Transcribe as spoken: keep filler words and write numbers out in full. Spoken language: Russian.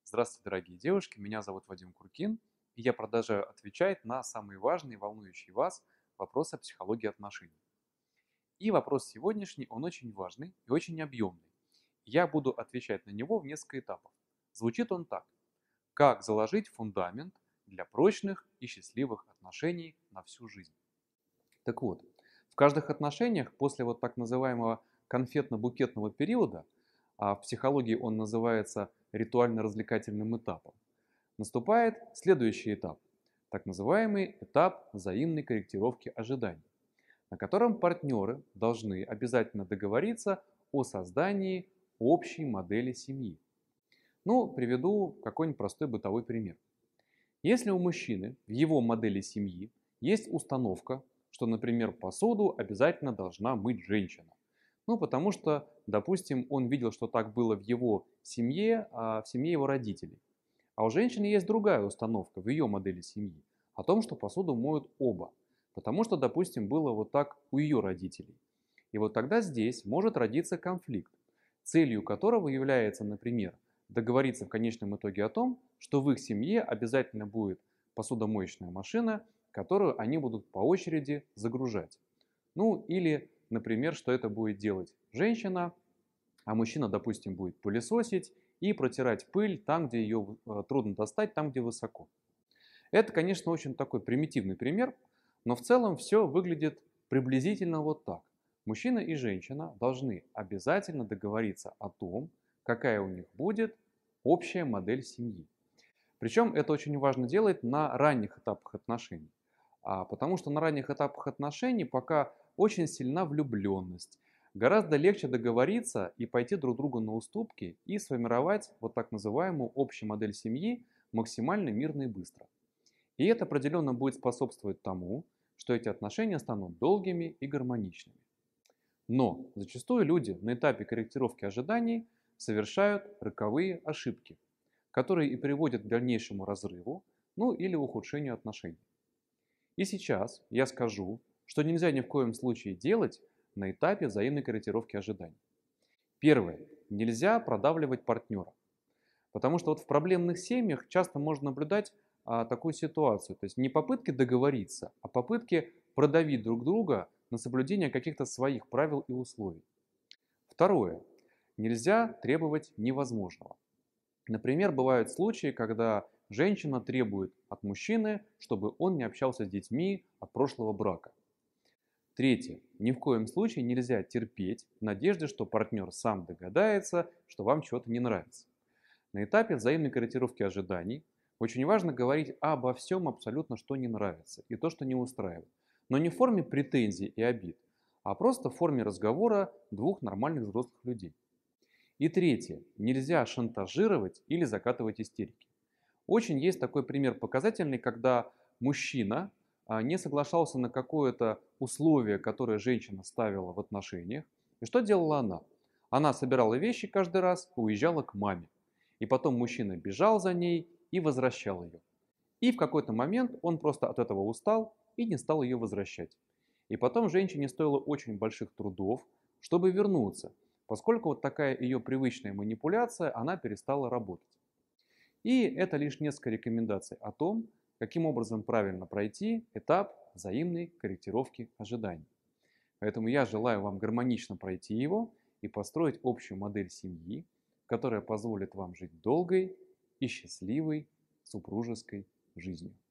Здравствуйте, дорогие девушки, меня зовут Вадим Куркин, и я продолжаю отвечать на самые важные, волнующие вас вопросы о психологии отношений. И вопрос сегодняшний, он очень важный и очень объемный. Я буду отвечать на него в несколько этапов. Звучит он так. Как заложить фундамент для прочных и счастливых отношений на всю жизнь? Так вот, в каждых отношениях после вот так называемого конфетно-букетного периода, а в психологии он называется ритуально-развлекательным этапом, наступает следующий этап, так называемый этап взаимной корректировки ожиданий, на котором партнеры должны обязательно договориться о создании общей модели семьи. Ну, приведу какой-нибудь простой бытовой пример. Если у мужчины в его модели семьи есть установка, что, например, посуду обязательно должна мыть женщина. Ну, потому что, допустим, он видел, что так было в его семье, а в семье его родителей. А у женщины есть другая установка в ее модели семьи о том, что посуду моют оба. Потому что, допустим, было вот так у ее родителей. И вот тогда здесь может родиться конфликт, целью которого является, например, договориться в конечном итоге о том, что в их семье обязательно будет посудомоечная машина, которую они будут по очереди загружать. Ну или, например, что это будет делать женщина, а мужчина, допустим, будет пылесосить и протирать пыль там, где ее э, трудно достать, там, где высоко. Это, конечно, очень такой примитивный пример, но в целом все выглядит приблизительно вот так. Мужчина и женщина должны обязательно договориться о том, какая у них будет общая модель семьи. Причем это очень важно делать на ранних этапах отношений. А, потому что на ранних этапах отношений пока очень сильна влюбленность. Гораздо легче договориться и пойти друг другу на уступки и сформировать вот так называемую общую модель семьи максимально мирно и быстро. И это определенно будет способствовать тому, что эти отношения станут долгими и гармоничными. Но зачастую люди на этапе корректировки ожиданий совершают роковые ошибки, которые и приводят к дальнейшему разрыву, ну или ухудшению отношений. И сейчас я скажу, что нельзя ни в коем случае делать на этапе взаимной корректировки ожиданий. Первое. Нельзя продавливать партнера. Потому что вот в проблемных семьях часто можно наблюдать а, такую ситуацию. То есть не попытки договориться, а попытки продавить друг друга на соблюдение каких-то своих правил и условий. Второе. Нельзя требовать невозможного. Например, бывают случаи, когда женщина требует от мужчины, чтобы он не общался с детьми от прошлого брака. Третье. Ни в коем случае нельзя терпеть в надежде, что партнер сам догадается, что вам чего-то не нравится. На этапе взаимной корректировки ожиданий очень важно говорить обо всем абсолютно, что не нравится и то, что не устраивает. Но не в форме претензий и обид, а просто в форме разговора двух нормальных взрослых людей. И третье. Нельзя шантажировать или закатывать истерики. Очень есть такой пример показательный, когда мужчина а, не соглашался на какое-то условие, которое женщина ставила в отношениях. И что делала она? Она собирала вещи каждый раз и уезжала к маме. И потом мужчина бежал за ней и возвращал ее. И в какой-то момент он просто от этого устал и не стал ее возвращать. И потом женщине стоило очень больших трудов, чтобы вернуться, поскольку вот такая ее привычная манипуляция, она перестала работать. И это лишь несколько рекомендаций о том, каким образом правильно пройти этап взаимной корректировки ожиданий. Поэтому я желаю вам гармонично пройти его и построить общую модель семьи, которая позволит вам жить долгой и счастливой супружеской жизнью.